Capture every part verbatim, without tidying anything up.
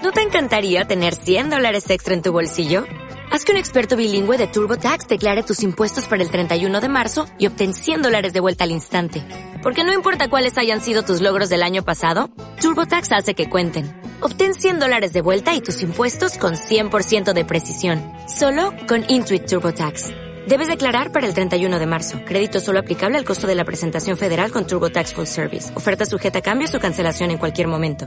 ¿No te encantaría tener cien dólares extra en tu bolsillo? Haz que un experto bilingüe de TurboTax declare tus impuestos para el treinta y uno de marzo y obtén cien dólares de vuelta al instante. Porque no importa cuáles hayan sido tus logros del año pasado, TurboTax hace que cuenten. Obtén cien dólares de vuelta y tus impuestos con cien por ciento de precisión. Solo con Intuit TurboTax. Debes declarar para el treinta y uno de marzo. Crédito solo aplicable al costo de la presentación federal con TurboTax Full Service. Oferta sujeta a cambios o cancelación en cualquier momento.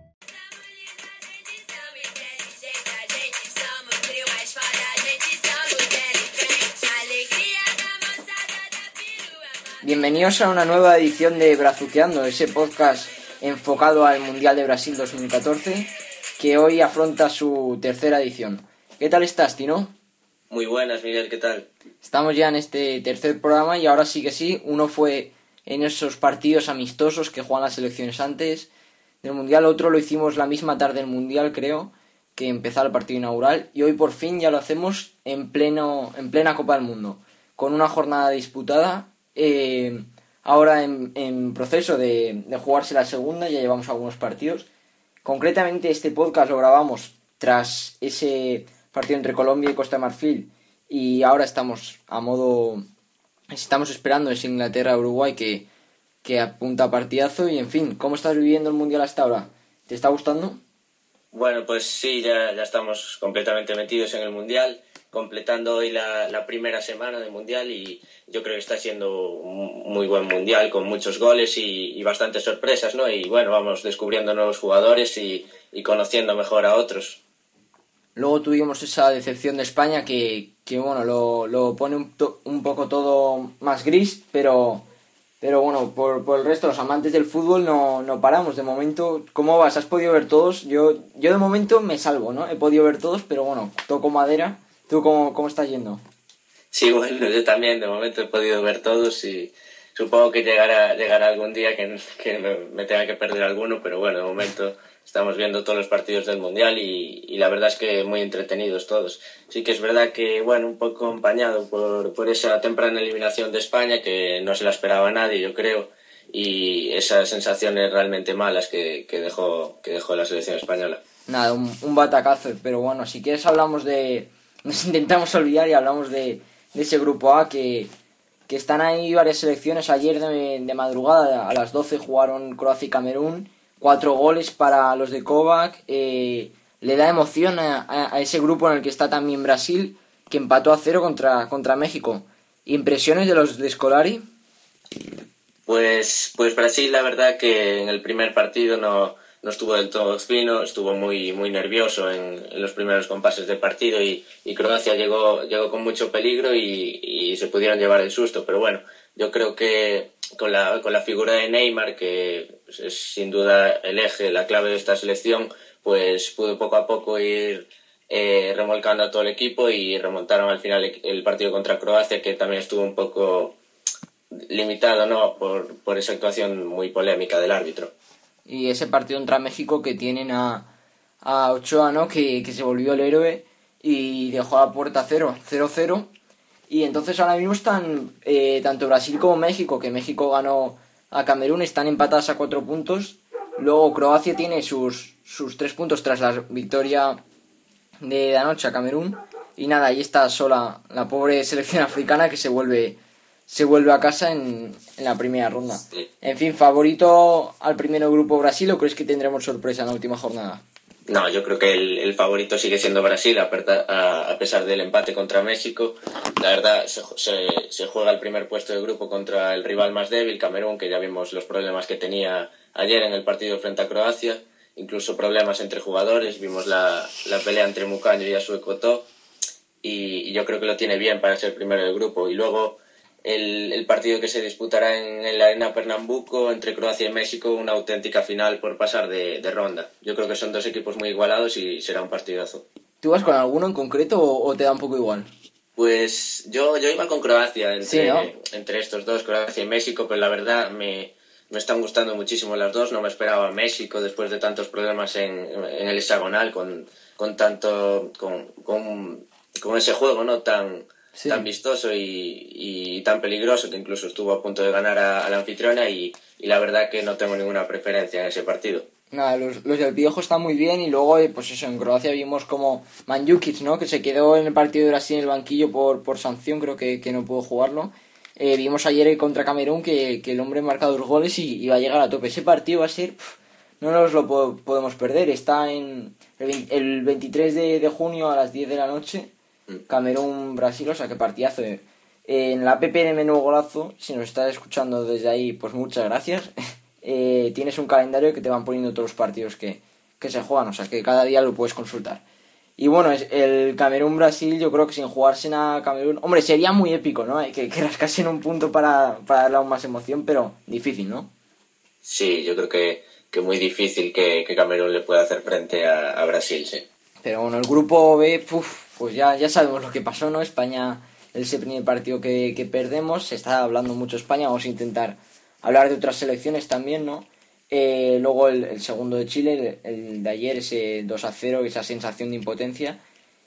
Bienvenidos a una nueva edición de Brazuqueando, ese podcast enfocado al Mundial de Brasil dos mil catorce, que hoy afronta su tercera edición. ¿Qué tal estás, Tino? Muy buenas, Miguel, ¿qué tal? Estamos ya en este tercer programa y ahora sí que sí, uno fue en esos partidos amistosos que juegan las selecciones antes del Mundial, otro lo hicimos la misma tarde del Mundial, creo, que empezaba el partido inaugural, y hoy por fin ya lo hacemos en pleno en plena Copa del Mundo, con una jornada disputada. Eh, ahora en, en proceso de, de jugarse la segunda, ya llevamos algunos partidos. Concretamente este podcast lo grabamos tras ese partido entre Colombia y Costa de Marfil, y ahora estamos a modo estamos esperando ese Inglaterra-Uruguay que, que apunta a partidazo. Y en fin, ¿cómo estás viviendo el Mundial hasta ahora? ¿Te está gustando? Bueno, pues sí, ya, ya estamos completamente metidos en el Mundial, completando hoy la, la primera semana del Mundial, y yo creo que está siendo un muy buen Mundial, con muchos goles y, y bastantes sorpresas, ¿no? Y bueno, vamos descubriendo nuevos jugadores y, y conociendo mejor a otros. Luego tuvimos esa decepción de España que, que bueno, lo, lo pone un, to, un poco todo más gris, pero, pero bueno, por, por el resto, los amantes del fútbol no, no paramos. De momento, ¿cómo vas? ¿Has podido ver todos? Yo, yo de momento me salvo, ¿no? He podido ver todos, pero bueno, toco madera. ¿Tú cómo, cómo estás yendo? Sí, bueno, yo también de momento he podido ver todos y supongo que llegará, llegará algún día que, que me tenga que perder alguno, pero bueno, de momento estamos viendo todos los partidos del Mundial y, y la verdad es que muy entretenidos todos. Sí que es verdad que, bueno, un poco empañado por, por esa temprana eliminación de España, que no se la esperaba nadie, yo creo, y esas sensaciones realmente malas que, que, dejó, que dejó la selección española. Nada, un, un batacazo, pero bueno, si quieres hablamos de... Nos intentamos olvidar y hablamos de, de ese grupo A que, que están ahí varias selecciones. Ayer de, de madrugada a las doce jugaron Croacia y Camerún. Cuatro goles para los de Kovac. Eh, le da emoción a, a, a ese grupo en el que está también Brasil, que empató a cero contra, contra México. ¿Impresiones de los de Scolari? Pues, pues Brasil, la verdad que en el primer partido no... no estuvo del todo fino, estuvo muy muy nervioso en, en los primeros compases del partido y, y Croacia llegó llegó con mucho peligro y, y se pudieron llevar el susto, pero bueno, yo creo que con la con la figura de Neymar, que es sin duda el eje, la clave de esta selección, pues pudo poco a poco ir eh, remolcando a todo el equipo y remontaron al final el partido contra Croacia, que también estuvo un poco limitado, ¿no?, por, por esa actuación muy polémica del árbitro. Y ese partido contra México que tienen a, a Ochoa, ¿no?, que, que se volvió el héroe y dejó a la puerta cero, cero cero. Y entonces ahora mismo están eh, tanto Brasil como México, que México ganó a Camerún, están empatadas a cuatro puntos. Luego Croacia tiene sus, sus tres puntos tras la victoria de anoche a Camerún. Y nada, ahí está sola la pobre selección africana que se vuelve... se vuelve a casa en, en la primera ronda. Sí. En fin, ¿favorito al primero grupo Brasil o crees que tendremos sorpresa en la última jornada? No, yo creo que el, el favorito sigue siendo Brasil, a, a, a pesar del empate contra México. La verdad, se, se, se juega el primer puesto de grupo contra el rival más débil, Camerún, que ya vimos los problemas que tenía ayer en el partido frente a Croacia, incluso problemas entre jugadores, vimos la, la pelea entre Mucaño y Yasuo Cotó, y, y yo creo que lo tiene bien para ser primero del grupo. Y luego El, el partido que se disputará en, en la Arena Pernambuco entre Croacia y México, una auténtica final por pasar de, de ronda. Yo creo que son dos equipos muy igualados y será un partidazo. ¿Tú vas con alguno en concreto o, o te da un poco igual? Pues yo, yo iba con Croacia entre, sí, ¿no?, entre estos dos, Croacia y México, pero la verdad me, me están gustando muchísimo las dos. No me esperaba México después de tantos problemas en, en el hexagonal, con, con tanto con, con, con ese juego, ¿no?, tan... Sí. tan vistoso y, y tan peligroso, que incluso estuvo a punto de ganar a, a la anfitriona, y, y la verdad que no tengo ninguna preferencia en ese partido. Nada, los, los del Piojo están muy bien y luego, eh, pues eso, en Croacia vimos como Mandzukic, ¿no? Que se quedó en el partido de Brasil en el banquillo por, por sanción, creo que, que no pudo jugarlo. Eh, vimos ayer contra Camerún que, que el hombre marca dos goles y, y va a llegar a tope. Ese partido va a ser... Pff, no nos lo po- podemos perder. Está en el, el veintitrés de, de junio a las diez de la noche. Camerún-Brasil, o sea, que partidazo. Eh. En la app de Menú Golazo, si nos estás escuchando desde ahí, pues muchas gracias. Eh, tienes un calendario que te van poniendo todos los partidos que, que se juegan, o sea que cada día lo puedes consultar. Y bueno, es el Camerún-Brasil, yo creo que sin jugarse a Camerún, hombre, sería muy épico, ¿no? Que, que rascasen un punto para, para darle aún más emoción, pero difícil, ¿no? Sí, yo creo que, que muy difícil que, que Camerún le pueda hacer frente a, a Brasil, sí. Pero bueno, el grupo B, uf, pues ya, ya sabemos lo que pasó, ¿no? España, ese primer partido que, que perdemos, se está hablando mucho España, vamos a intentar hablar de otras selecciones también, ¿no? Eh, luego el, el segundo de Chile, el, el de ayer, ese dos a cero, esa sensación de impotencia.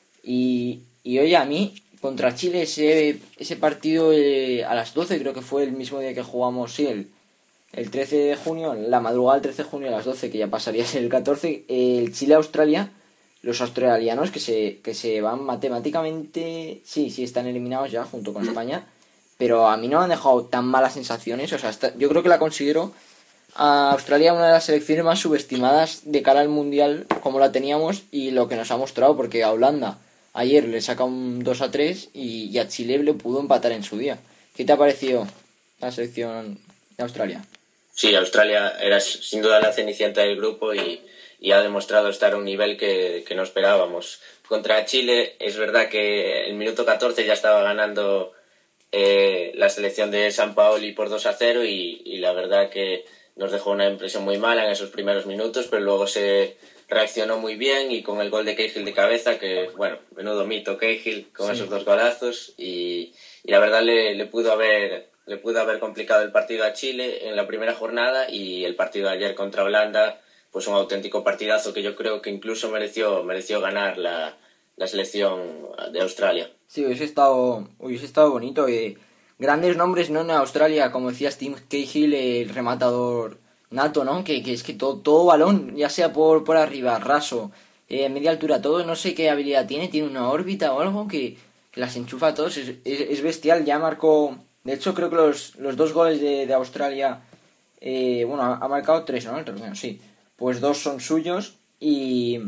Y, y oye, a mí, contra Chile, ese, ese partido eh, a las doce, creo que fue el mismo día que jugamos, sí, el, el trece de junio, la madrugada del trece de junio a las doce, que ya pasaría a ser el catorce, el Chile-Australia, los australianos que se, que se van matemáticamente, sí, sí, están eliminados ya junto con España, pero a mí no me han dejado tan malas sensaciones, o sea, hasta, yo creo que la considero a Australia una de las selecciones más subestimadas de cara al Mundial como la teníamos y lo que nos ha mostrado, porque a Holanda ayer le saca un dos a tres y, y a Chile le pudo empatar en su día. ¿Qué te ha parecido la selección de Australia? Sí, Australia era sin duda la cenicienta del grupo y, y ha demostrado estar a un nivel que, que no esperábamos. Contra Chile es verdad que el minuto catorce ya estaba ganando eh, la selección de Sampaoli por dos a cero y, y la verdad que nos dejó una impresión muy mala en esos primeros minutos, pero luego se reaccionó muy bien y con el gol de Cahill de cabeza, que bueno, menudo mito Cahill con sí. esos dos golazos y, y la verdad le, le pudo haber le pudo haber complicado el partido a Chile en la primera jornada y el partido de ayer contra Holanda, pues un auténtico partidazo que yo creo que incluso mereció mereció ganar la, la selección de Australia. Sí, hubiese estado, hubiese estado bonito. Eh, grandes nombres, ¿no? En Australia, como decías, Tim Cahill, el rematador nato, ¿no? Que, que es que todo, todo balón, ya sea por, por arriba, raso, eh, media altura, todo, no sé qué habilidad tiene, tiene una órbita o algo que, que las enchufa a todos, es, es, es bestial, ya marcó, de hecho creo que los, los dos goles de, de Australia, eh, bueno, ha, ha marcado tres, ¿no? El torneo, sí, pues dos son suyos y,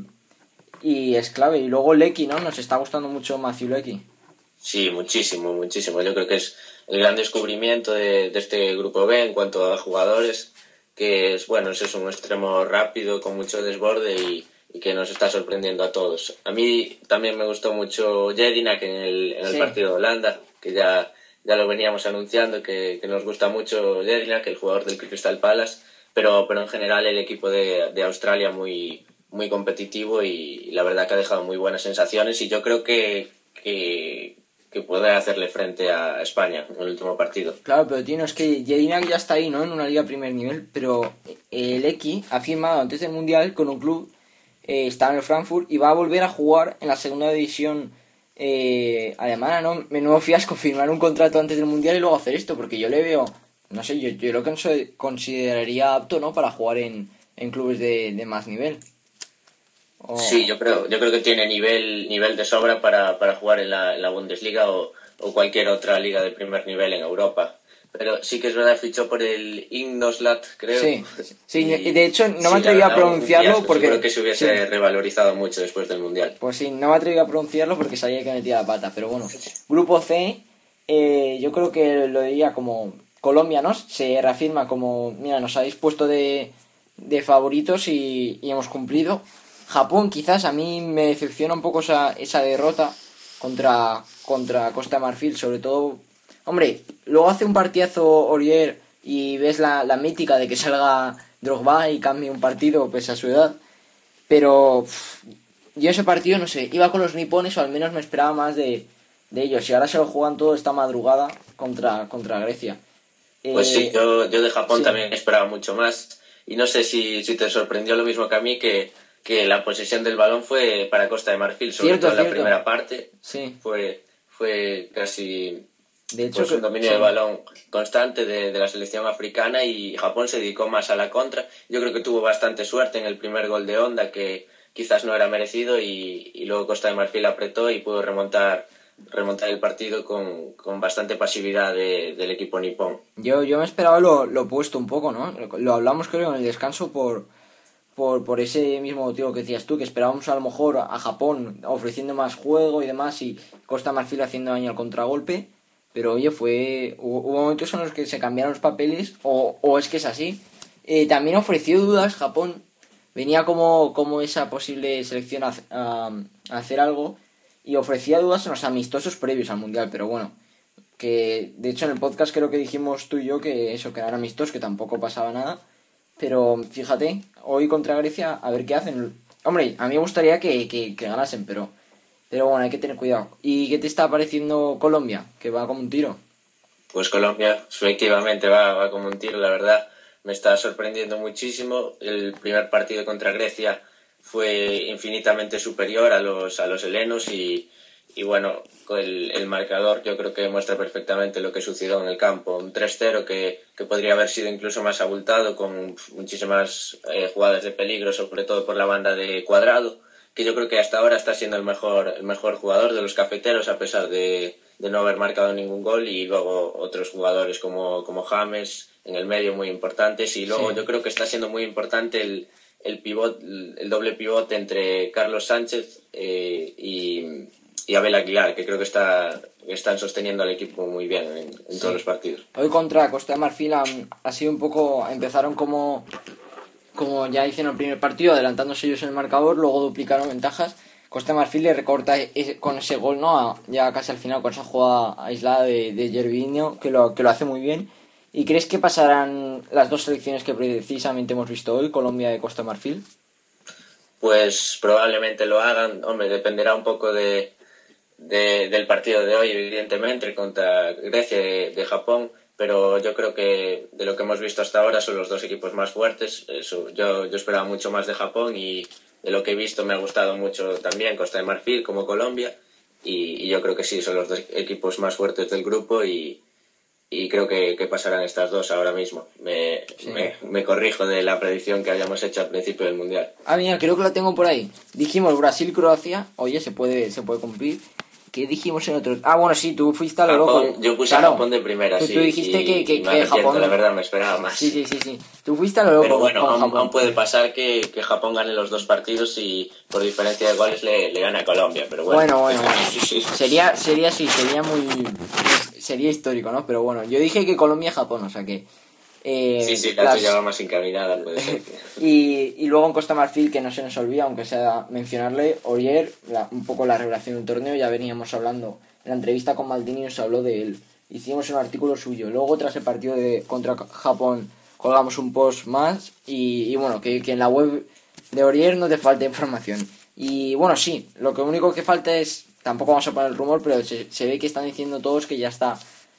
y es clave, y luego Lecky, ¿no? Nos está gustando mucho Matthew Lecky. Sí, muchísimo, muchísimo, yo creo que es el gran descubrimiento de, de este grupo B en cuanto a jugadores, que es, bueno, es un extremo rápido, con mucho desborde y, y que nos está sorprendiendo a todos. A mí también me gustó mucho Jedinak en el, en el sí. partido de Holanda, que ya, ya lo veníamos anunciando, que, que nos gusta mucho Jedinak, el jugador del Crystal Palace, pero, pero en general el equipo de, de Australia muy, muy competitivo y la verdad que ha dejado muy buenas sensaciones y yo creo que... que que puede hacerle frente a España en el último partido. Claro, pero tío, no, es que Jedinak ya está ahí, ¿no? En una liga primer nivel, pero el X ha firmado antes del Mundial con un club, eh, está en el Frankfurt y va a volver a jugar en la segunda división eh, alemana, ¿no? Menudo fiasco firmar un contrato antes del Mundial y luego hacer esto, porque yo le veo, no sé, yo, yo lo consideraría apto, ¿no? Para jugar en, en clubes de, de más nivel. Oh. Sí, yo creo, yo creo que tiene nivel, nivel de sobra para, para jugar en la, en la Bundesliga o, o cualquier otra liga de primer nivel en Europa. Pero sí que es verdad, fichó por el Ingolstadt, creo. Sí, sí y, de hecho no me atreví a pronunciarlo porque... Creo que se hubiese sí. revalorizado mucho después del Mundial. Pues sí, no me atreví a pronunciarlo porque sabía que metía la pata. Pero bueno, Grupo C, eh, yo creo que lo diría como Colombia, ¿no? Se reafirma como, mira, nos habéis puesto de, de favoritos y, y hemos cumplido. Japón quizás a mí me decepciona un poco esa, esa derrota contra, contra Costa de Marfil, sobre todo, hombre, luego hace un partidazo Aurier y ves la, la mítica de que salga Drogba y cambie un partido pese a su edad, pero pff, yo ese partido no sé, iba con los nipones o al menos me esperaba más de, de ellos y ahora se lo juegan todo esta madrugada contra, contra Grecia. Pues eh, sí, yo, yo de Japón sí. también esperaba mucho más y no sé si, si te sorprendió lo mismo que a mí que que la posesión del balón fue para Costa de Marfil, sobre cierto, todo en la cierto. primera parte. Sí. Fue, fue casi De hecho, pues que, un dominio sí. de balón constante de, de la selección africana, y Japón se dedicó más a la contra. Yo creo que tuvo bastante suerte en el primer gol de Honda, que quizás no era merecido, y, y luego Costa de Marfil apretó y pudo remontar remontar el partido con, con bastante pasividad de, del equipo nipón. Yo, yo me esperaba lo, lo opuesto un poco, ¿no? Lo, lo hablamos creo en el descanso por, por, por ese mismo motivo que decías tú, que esperábamos a lo mejor a Japón ofreciendo más juego y demás, y Costa Marfil haciendo daño al contragolpe, pero oye, fue hubo, hubo momentos en los que se cambiaron los papeles, o, o es que es así. Eh, también ofreció dudas Japón, venía como, como esa posible selección a, a, a hacer algo, y ofrecía dudas en los amistosos previos al Mundial, pero bueno, que de hecho en el podcast creo que dijimos tú y yo que eso, que eran amistosos, que tampoco pasaba nada, pero fíjate, hoy contra Grecia, a ver qué hacen. Hombre, a mí me gustaría que, que, que ganasen, pero pero bueno, hay que tener cuidado. ¿Y qué te está pareciendo Colombia? Que va como un tiro. Pues Colombia efectivamente va, va como un tiro, la verdad. Me está sorprendiendo muchísimo. El primer partido contra Grecia fue infinitamente superior a los, a los helenos, y, y bueno, el, el marcador yo creo que muestra perfectamente lo que sucedió en el campo. Un tres cero que, que podría haber sido incluso más abultado, con muchísimas eh, jugadas de peligro, sobre todo por la banda de Cuadrado, que yo creo que hasta ahora está siendo el mejor, el mejor jugador de los cafeteros, a pesar de, de no haber marcado ningún gol, y luego otros jugadores como, como James en el medio muy importantes, y luego sí. Yo creo que está siendo muy importante el, el pivot, el doble pivote entre Carlos Sánchez eh, y, y Abel Aguilar, que creo que está, están sosteniendo al equipo muy bien en, en sí. todos los partidos. Hoy contra Costa de Marfil han, ha sido un poco, empezaron como como ya hicieron el primer partido, adelantándose ellos en el marcador, luego duplicaron ventajas. Costa de Marfil le recorta ese, con ese gol, ¿no? Ya casi al final, con esa jugada aislada de, de Gervinho, que lo, que lo hace muy bien. ¿Y crees que pasarán las dos selecciones que precisamente hemos visto hoy, Colombia y Costa de Marfil? Pues probablemente lo hagan. Hombre, dependerá un poco de, de del partido de hoy, evidentemente, contra Grecia de, de Japón. Pero yo creo que de lo que hemos visto hasta ahora son los dos equipos más fuertes. Eso, yo, yo esperaba mucho más de Japón, y de lo que he visto me ha gustado mucho también Costa de Marfil como Colombia, y, y yo creo que sí, son los dos equipos más fuertes del grupo, y, y creo que, que pasarán estas dos ahora mismo. Me, sí. me, me corrijo de la predicción que habíamos hecho al principio del Mundial. Ah, mira, creo que la tengo por ahí. Dijimos Brasil-Croacia, oye, se puede, se puede cumplir. ¿Qué dijimos en otros? Ah, bueno, sí, tú fuiste a lo Japón, loco. Yo puse claro. a Japón de primera, tú, sí. Tú dijiste y, que, que, y que Japón... La verdad, me esperaba más. Sí, sí, sí, sí. Tú fuiste a lo loco. Pero bueno, con aún, aún puede pasar que, que Japón gane los dos partidos y por diferencia de goles le, le gane a Colombia, pero bueno. Bueno, bueno, bueno. sería, sería sí, sería muy... Sería histórico, ¿no? Pero bueno, yo dije que Colombia y Japón, o sea que... Eh, sí, sí, la las... tuya va más encaminada, puede ser. y, y luego en Costa Marfil, que no se nos olvida, aunque sea mencionarle, Aurier, la, un poco la revelación del torneo, ya veníamos hablando en la entrevista con Maldini, nos habló de él, hicimos un artículo suyo, luego tras el partido de contra Japón colgamos un post más, y, y bueno, que, que en la web de Aurier no te falta información. Y bueno, sí, lo que único que falta es, tampoco vamos a poner el rumor, pero se, se ve que están diciendo todos que ya está,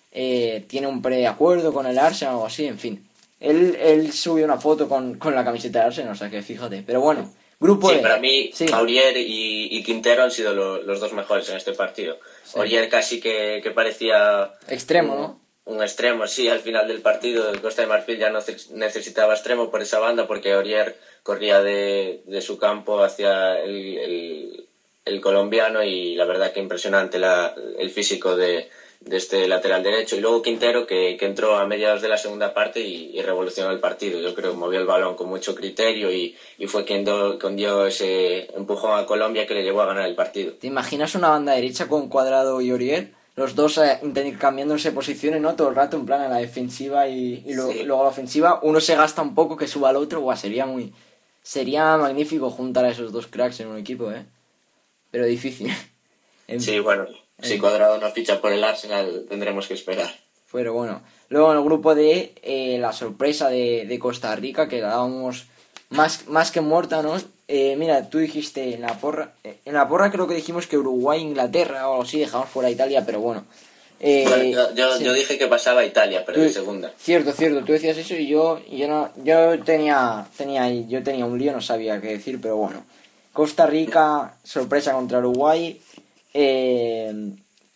eh, tiene un preacuerdo con el Arsenal o algo así, en fin. Él, él subió una foto con, con la camiseta de Arsenal, o sea que fíjate, pero bueno. Grupo sí, de... para mí sí. Aurier y, y Quintero han sido lo, los dos mejores en este partido. Sí. Aurier casi que, que parecía... extremo, un, ¿no? Un extremo, sí, al final del partido el Costa de Marfil ya no necesitaba extremo por esa banda, porque Aurier corría de, de su campo hacia el, el, el colombiano, y la verdad que impresionante la, el físico de, de este lateral derecho. Y luego Quintero, que, que entró a mediados de la segunda parte y, y revolucionó el partido. Yo creo que movió el balón con mucho criterio, y, y fue quien, do, quien dio ese empujón a Colombia que le llevó a ganar el partido. ¿Te imaginas una banda derecha con Cuadrado y Aurier? Los dos eh, intercambiándose posiciones, ¿no? Todo el rato, en plan, a la defensiva y, y lo, sí. luego a la ofensiva. Uno se gasta un poco, que suba al otro. Buah, sería muy... Sería magnífico juntar a esos dos cracks en un equipo, ¿eh? Pero difícil. En... Sí, bueno, en... si Cuadrado no ficha por el Arsenal, tendremos que esperar. Pero bueno. Luego en el grupo D, eh, la sorpresa de, de Costa Rica, que la dábamos más, más que muerta, ¿no? Eh, mira, tú dijiste en la porra, en la porra creo que dijimos que Uruguay, Inglaterra o algo así, dejamos fuera Italia, pero bueno. Eh, bueno yo, yo, sí. yo dije que pasaba Italia, pero tú, de segunda. Cierto, cierto, tú decías eso y yo, yo no, yo tenía, tenía, yo tenía un lío, no sabía qué decir, pero bueno. Costa Rica, sorpresa contra Uruguay. Eh,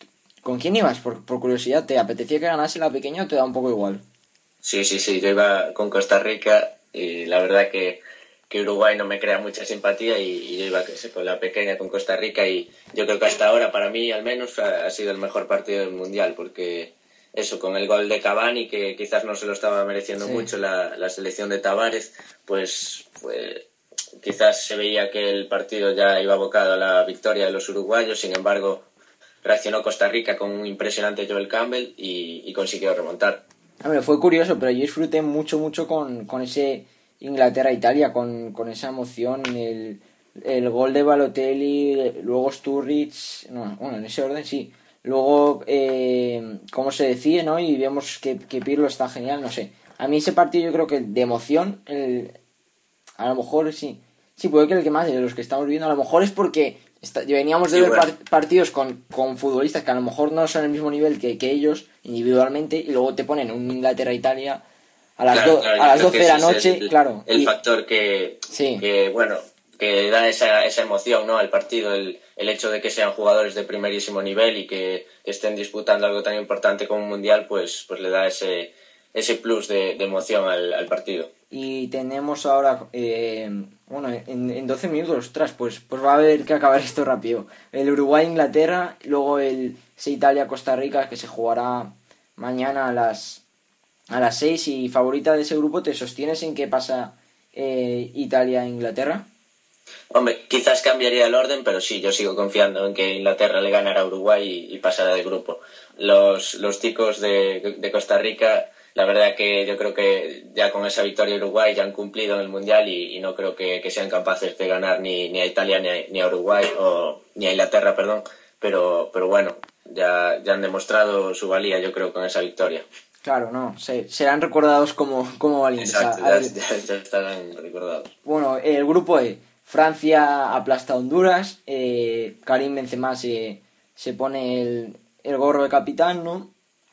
¿Con quién ibas? Por, por curiosidad, ¿te apetecía que ganase la pequeña o te da un poco igual? Sí, sí, sí, yo iba con Costa Rica y la verdad que, que Uruguay no me crea mucha simpatía y, y yo iba con la pequeña, con Costa Rica, y yo creo que hasta ahora, para mí al menos, ha, ha sido el mejor partido del Mundial, porque eso, con el gol de Cavani, que quizás no se lo estaba mereciendo sí. mucho la, la selección de Tavares, pues, pues quizás se veía que el partido ya iba abocado a la victoria de los uruguayos. Sin embargo, reaccionó Costa Rica con un impresionante Joel Campbell y, y consiguió remontar. A ver, fue curioso, pero yo disfruté mucho, mucho con, con ese Inglaterra-Italia, con, con esa emoción, el, el gol de Balotelli, luego Sturridge, no, bueno, en ese orden sí. Luego, eh, cómo se decide, ¿no? Y vemos que, que Pirlo está genial, no sé. A mí ese partido yo creo que de emoción, el, a lo mejor sí, sí, puede que el que más de los que estamos viendo, a lo mejor es porque está, veníamos de sí, ver bueno. par, partidos con, con futbolistas que a lo mejor no son el mismo nivel que, que ellos individualmente, y luego te ponen un Inglaterra-Italia a las, claro, do, claro, a las doce de la noche, el, claro. El y, factor que, sí. que, bueno, que da esa, esa emoción, ¿no?, al partido, el, el hecho de que sean jugadores de primerísimo nivel y que, que estén disputando algo tan importante como un mundial, pues, pues le da ese, ese plus de, de emoción al, al partido. Y tenemos ahora, eh, bueno, en, en doce minutos, ostras, pues, pues va a haber que acabar esto rápido. El Uruguay-Inglaterra, luego el Italia-Costa Rica, que se jugará mañana a las a las seis. Y favorita de ese grupo, ¿te sostienes en qué pasa eh, Italia-Inglaterra? Hombre, quizás cambiaría el orden, pero sí, yo sigo confiando en que Inglaterra le ganará a Uruguay y, y pasará de grupo. Los, los chicos de, de Costa Rica, la verdad que yo creo que ya con esa victoria Uruguay ya han cumplido en el Mundial y, y no creo que, que sean capaces de ganar ni, ni a Italia ni a, ni a Uruguay, o ni a Inglaterra, perdón, pero, pero bueno, ya, ya han demostrado su valía, yo creo, con esa victoria. Claro, no, se, serán recordados como, como valientes. Exacto, ya, ya, ya estarán recordados. Bueno, el grupo E, Francia aplasta a Honduras, eh, Karim Benzema se, se pone el, el gorro de capitán, ¿no?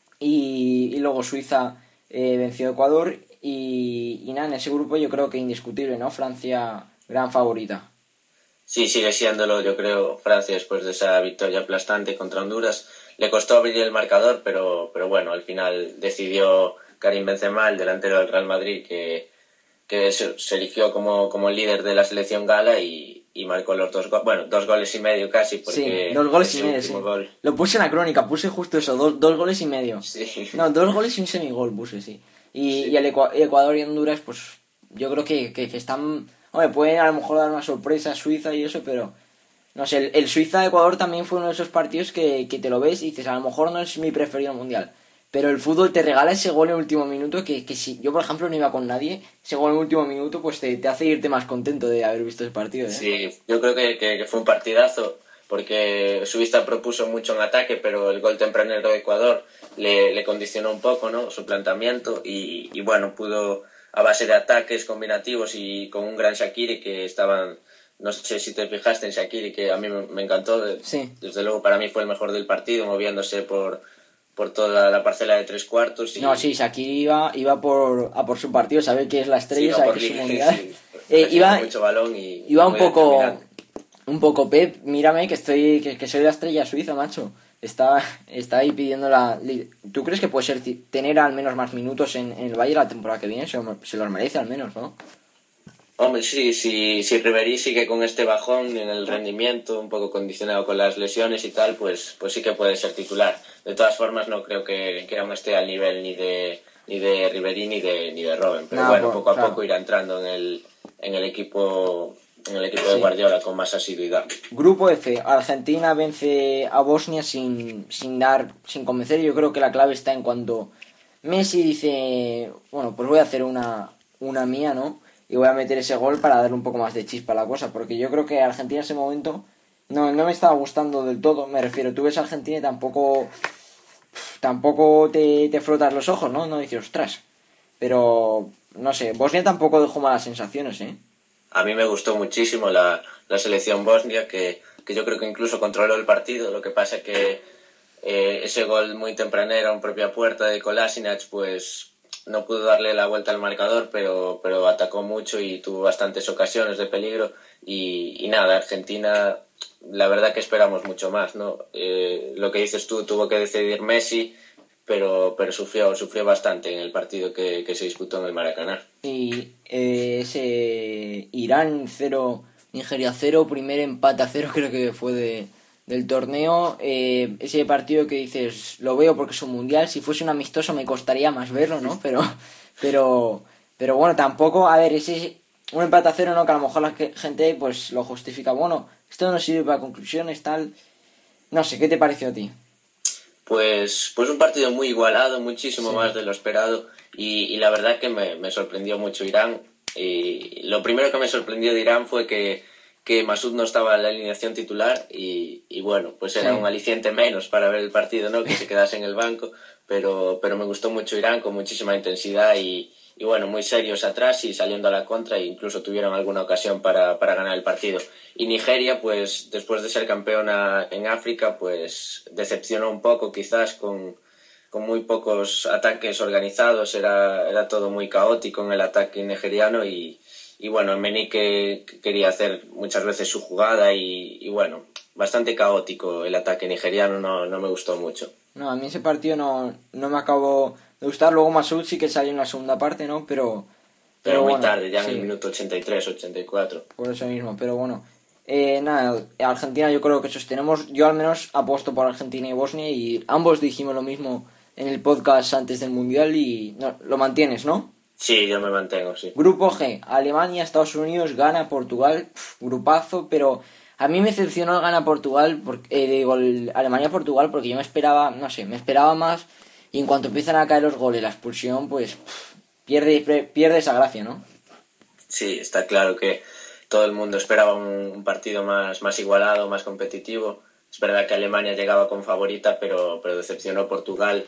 Y, y luego Suiza eh, venció a Ecuador y, y nada, en ese grupo yo creo que indiscutible, ¿no? Francia, gran favorita. Sí, sigue siéndolo, yo creo, Francia, después de esa victoria aplastante contra Honduras. Le costó abrir el marcador, pero, pero bueno, al final decidió Karim Benzema, el delantero del Real Madrid, que, que se, se eligió como, como el líder de la selección gala y, y marcó los dos goles, bueno, dos goles y medio casi, porque sí, dos goles y medio, sí. Gol... Lo puse en la crónica, puse justo eso, dos, dos goles y medio. Sí. No, dos goles y un semigol puse, sí. Y, sí. y el Ecuador y Honduras, pues yo creo que, que, que están... Hombre, pueden a lo mejor dar una sorpresa a Suiza y eso, pero... No sé, el, el Suiza-Ecuador también fue uno de esos partidos que, que te lo ves y dices, a lo mejor no es mi preferido mundial, pero el fútbol te regala ese gol en último minuto que, que si yo, por ejemplo, no iba con nadie, ese gol en último minuto pues te, te hace irte más contento de haber visto ese partido, ¿eh? Sí, yo creo que, que, que fue un partidazo, porque Suiza propuso mucho en ataque, pero el gol tempranero de Ecuador le, le condicionó un poco, ¿no?, su planteamiento y, y bueno, pudo, a base de ataques combinativos y con un gran Shaqiri que estaban... No sé si te fijaste en Shaqiri, que a mí me encantó. Sí. Desde luego, para mí fue el mejor del partido, moviéndose por, por toda la parcela de tres cuartos. Y... No, sí, Shaqiri iba, iba por, a por su partido, sabe que es la estrella, sí, sabe que es su mundial. Sí, eh, iba, mucho balón y iba un poco, un poco Pep, mírame que estoy que, que soy la estrella suiza, macho. Está, está ahí pidiendo la... ¿Tú crees que puede ser tener al menos más minutos en, en el Bayern la temporada que viene? Se, se los merece al menos, ¿no? Hombre, sí, sí, si Ribéry sigue con este bajón en el rendimiento, un poco condicionado con las lesiones y tal, pues, pues sí que puede ser titular. De todas formas, no creo que, que aún esté al nivel ni de ni de Ribéry ni de ni de Robben, pero no, bueno, por, poco a claro. poco irá entrando en el en el equipo en el equipo sí. de Guardiola con más asiduidad. Grupo F, Argentina vence a Bosnia sin sin dar sin convencer. Yo creo que la clave está en cuanto Messi dice, bueno, pues voy a hacer una una mía, ¿no? Y voy a meter ese gol para darle un poco más de chispa a la cosa, porque yo creo que Argentina en ese momento no, no me estaba gustando del todo, me refiero, tú ves a Argentina y tampoco tampoco te, te frotas los ojos, ¿no? No dices, ostras, pero no sé, Bosnia tampoco dejó malas sensaciones, ¿eh? A mí me gustó muchísimo la, la selección bosnia, que, que yo creo que incluso controló el partido, lo que pasa que eh, ese gol muy tempranero en propia puerta de Kolasinac, pues... no pudo darle la vuelta al marcador, pero, pero atacó mucho y tuvo bastantes ocasiones de peligro. Y, y nada, Argentina la verdad que esperamos mucho más, ¿no? Eh, lo que dices tú, tuvo que decidir Messi, pero, pero sufrió, sufrió bastante en el partido que, que se disputó en el Maracaná. Y eh, ese Irán cero, Nigeria cero, primer empate a cero creo que fue de, del torneo. Eh, ese partido que dices, lo veo porque es un mundial, si fuese un amistoso me costaría más verlo, ¿no? Pero, pero, pero bueno, tampoco, a ver, ese un empate a cero, ¿no? Que a lo mejor la gente pues lo justifica. Bueno, esto no sirve para conclusiones, tal. No sé, ¿qué te pareció a ti? Pues, pues un partido muy igualado, muchísimo Sí. más de lo esperado y, y la verdad que me, me sorprendió mucho Irán. Y lo primero que me sorprendió de Irán fue que, que Masud no estaba en la alineación titular y, y bueno, pues era Sí. un aliciente menos para ver el partido, ¿no? Que se quedase en el banco, pero, pero me gustó mucho Irán con muchísima intensidad y, y bueno, muy serios atrás y saliendo a la contra e incluso tuvieron alguna ocasión para, para ganar el partido. Y Nigeria, pues después de ser campeona en África, pues decepcionó un poco quizás con, con muy pocos ataques organizados, era, era todo muy caótico en el ataque nigeriano y, y bueno, Menike quería hacer muchas veces su jugada y, y bueno, bastante caótico el ataque nigeriano, no, no me gustó mucho. No, a mí ese partido no, no me acabó de gustar. Luego Masud sí que salió en la segunda parte, ¿no? Pero, Pero muy bueno, tarde, ya en sí, el minuto ochenta y tres, ochenta y cuatro. por eso mismo. Pero bueno, eh, nada, Argentina yo creo que sostenemos. Yo al menos apuesto por Argentina y Bosnia y ambos dijimos lo mismo en el podcast antes del Mundial y no, lo mantienes, ¿no? Sí, yo me mantengo, sí. Grupo G, Alemania, Estados Unidos, Ghana, Portugal, pf, grupazo, pero a mí me decepcionó el Ghana-Portugal, porque, eh, digo, el Alemania-Portugal, porque yo me esperaba, no sé, me esperaba más, y en cuanto empiezan a caer los goles, la expulsión, pues pf, pierde, pierde esa gracia, ¿no? Sí, está claro que todo el mundo esperaba un, un partido más, más igualado, más competitivo. Es verdad que Alemania llegaba con favorita, pero, pero decepcionó Portugal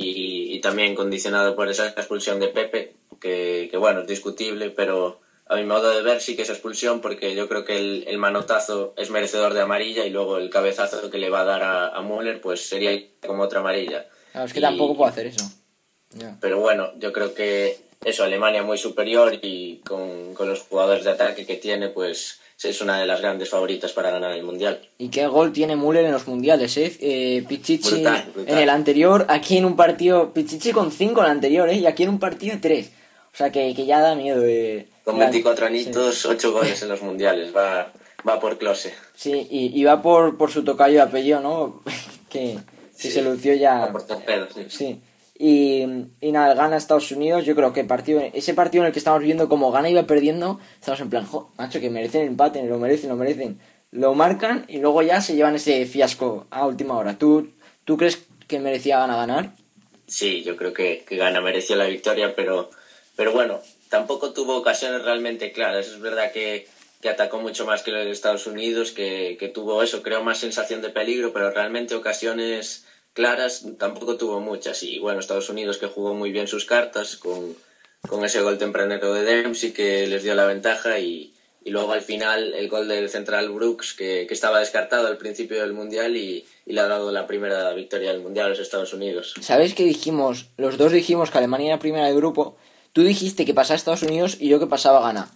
y, y también condicionado por esa expulsión de Pepe, que, que bueno, es discutible, pero a mi modo de ver sí que es expulsión porque yo creo que el, el manotazo es merecedor de amarilla y luego el cabezazo que le va a dar a, a Müller pues sería como otra amarilla. Claro, es que Y, tampoco puedo hacer eso. Ya. pero bueno, yo creo que eso, Alemania muy superior y con, con los jugadores de ataque que tiene, pues es una de las grandes favoritas para ganar el Mundial. ¿Y qué gol tiene Müller en los mundiales, eh? eh Pichichi Brutal, brutal. en el anterior, aquí en un partido, Pichichi con cinco en el anterior, eh, y aquí en un partido tres. O sea que, que ya da miedo. Eh. Con veinticuatro añitos, sí. ocho goles en los mundiales, va, va por Klose. Sí, y, y va por, por su tocayo de apellido, ¿no? que, que Sí, se lució ya. va por torpedo, sí. Sí. Y, y nada, gana Estados Unidos. Yo creo que partido, ese partido en el que estamos viendo como gana iba perdiendo, estamos en plan, jo, macho, que merecen el empate, lo merecen, lo merecen. Lo marcan y luego ya se llevan ese fiasco a última hora. ¿Tú, tú crees que merecía Gana ganar? Sí, yo creo que, que Gana mereció la victoria, pero, pero bueno, tampoco tuvo ocasiones realmente claras. Es verdad que, que atacó mucho más que los de Estados Unidos, que, que tuvo eso, creo, más sensación de peligro, pero realmente ocasiones claras tampoco tuvo muchas. Y bueno, Estados Unidos que jugó muy bien sus cartas con, con ese gol tempranero de Dempsey que les dio la ventaja y, y luego al final el gol del central Brooks que, que estaba descartado al principio del Mundial y, y le ha dado la primera victoria del Mundial a los Estados Unidos. ¿Sabes qué dijimos? Los dos dijimos que Alemania era primera del grupo. Tú dijiste que pasaba Estados Unidos y yo que pasaba Ghana.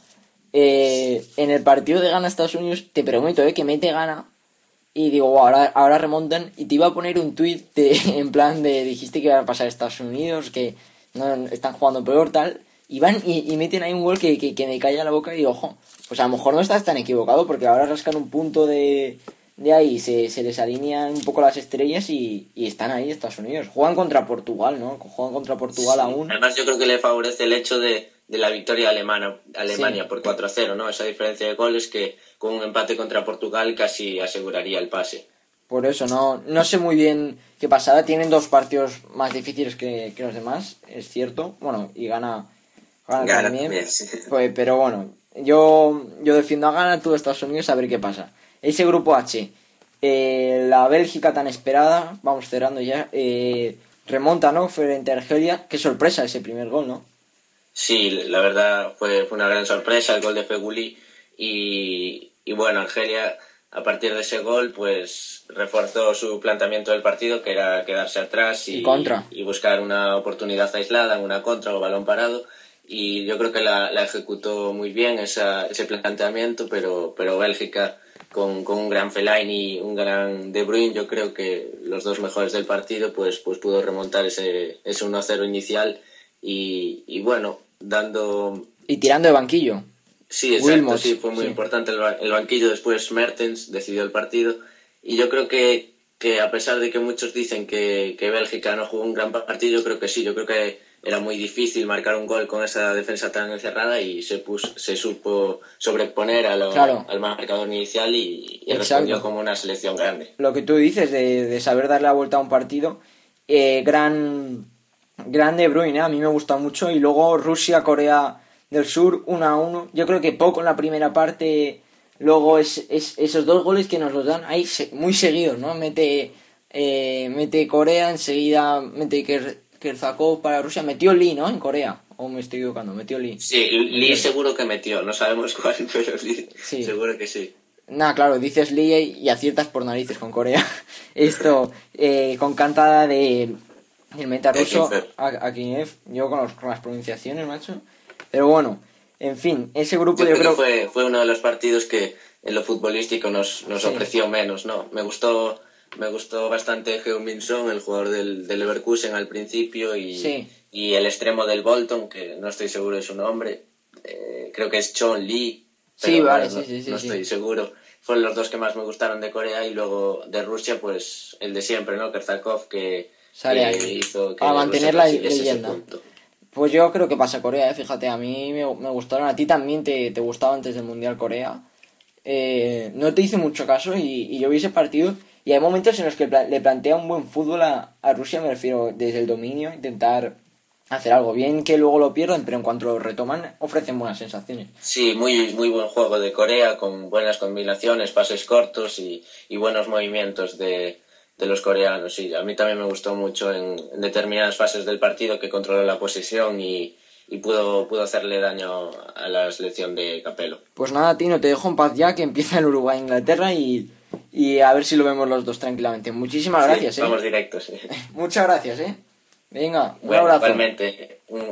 Eh, en el partido de Ghana-Estados Unidos, te prometo eh, que mete Ghana y digo, wow, ahora, ahora remontan. Y te iba a poner un tuit de, en plan de, dijiste que iba a pasar Estados Unidos, que no están jugando peor, tal. Y van y, y meten ahí un gol que, que, que me calla la boca y digo, ojo, pues a lo mejor no estás tan equivocado porque ahora rascan un punto de, de ahí, se, se les alinean un poco las estrellas y, y están ahí Estados Unidos. Juegan contra Portugal, ¿no? Juegan contra Portugal Sí. aún. Además yo creo que le favorece el hecho de, de la victoria alemana, Alemania Sí. por cuatro a cero, ¿no? Esa diferencia de goles que con un empate contra Portugal casi aseguraría el pase. Por eso, no, no sé muy bien qué pasará. Tienen dos partidos más difíciles que, que los demás, es cierto. Bueno, y gana, gana, Gana también. también, sí. Pues, pero bueno, yo, yo defiendo a Ghana, tú a Estados Unidos, a ver qué pasa. Ese grupo H, eh, la Bélgica tan esperada, vamos cerrando ya, eh, remonta, ¿no? Frente a Argelia. Qué sorpresa ese primer gol, ¿no? Sí, la verdad fue, fue una gran sorpresa el gol de Feguli y, y bueno, Argelia a partir de ese gol pues reforzó su planteamiento del partido que era quedarse atrás y, Y contra. y buscar una oportunidad aislada, una contra o balón parado y yo creo que la, la ejecutó muy bien esa, ese planteamiento, pero, pero Bélgica con, con un gran Fellaini y un gran De Bruyne, yo creo que los dos mejores del partido, pues, pues pudo remontar ese, ese uno cero inicial y, y bueno, dando... Y tirando de banquillo. Sí, exacto, Wilmots, sí, fue muy sí. importante el, el banquillo, después Mertens decidió el partido y yo creo que, que a pesar de que muchos dicen que, que Bélgica no jugó un gran partido, yo creo que sí, yo creo que era muy difícil marcar un gol con esa defensa tan encerrada y se puso, se supo sobreponer a lo, Claro. al marcador inicial y, y respondió como una selección grande. Lo que tú dices de, de saber darle la vuelta a un partido, eh, gran, gran De Bruyne, ¿eh? A mí me gusta mucho. Y luego Rusia-Corea del Sur, uno a uno. Yo creo que poco en la primera parte. Luego es, es esos dos goles que nos los dan ahí se, muy seguidos, ¿no? Mete, eh, mete Corea, enseguida mete Ker, Kerzakov para Rusia. Metió Lee, ¿no? En Corea. O me estoy equivocando, metió Lee. Sí, Lee seguro que metió, no sabemos cuál, pero Lee Sí. seguro que sí. Nah, claro, dices Lee y aciertas por narices con Corea. Esto, eh, con cantada de el meta ruso Akinfeev. Yo con, los, con las pronunciaciones, macho. Pero bueno, en fin, ese grupo yo, yo creo creo... que fue, fue uno de los partidos que en lo futbolístico nos, nos Sí. ofreció menos, ¿no? Me gustó me gustó bastante Heung-min Son, el jugador del, del Leverkusen al principio, y, Sí. y el extremo del Bolton, que no estoy seguro de su nombre, eh, creo que es Chon Lee, pero Sí, vale, no, sí, sí, sí, no sí. estoy seguro. Fueron los dos que más me gustaron de Corea, y luego de Rusia, pues el de siempre, ¿no? Kerzakov, que, Sale que ahí. hizo que A Rusia mantener la consiguiese ese leyenda. punto. Pues yo creo que pasa Corea, ¿eh? Fíjate, a mí me, me gustaron, a ti también te, te gustaba antes del Mundial Corea. Eh, no te hice mucho caso y, y yo vi ese partido y hay momentos en los que pla- le plantea un buen fútbol a, a Rusia, me refiero desde el dominio, intentar hacer algo bien, que luego lo pierden, pero en cuanto lo retoman ofrecen buenas sensaciones. Sí, muy, muy buen juego de Corea, con buenas combinaciones, pases cortos y, y buenos movimientos de, de los coreanos. Sí, a mí también me gustó mucho en, en determinadas fases del partido, que controló la posesión y, y pudo, pudo hacerle daño a la selección de Capello. Pues nada, Tino, te dejo en paz ya, que empieza el Uruguay-Inglaterra y, y a ver si lo vemos los dos tranquilamente. Muchísimas Sí, gracias, ¿eh? vamos directos. Sí. Muchas gracias, ¿eh? Venga, un Bueno, abrazo. igualmente. Un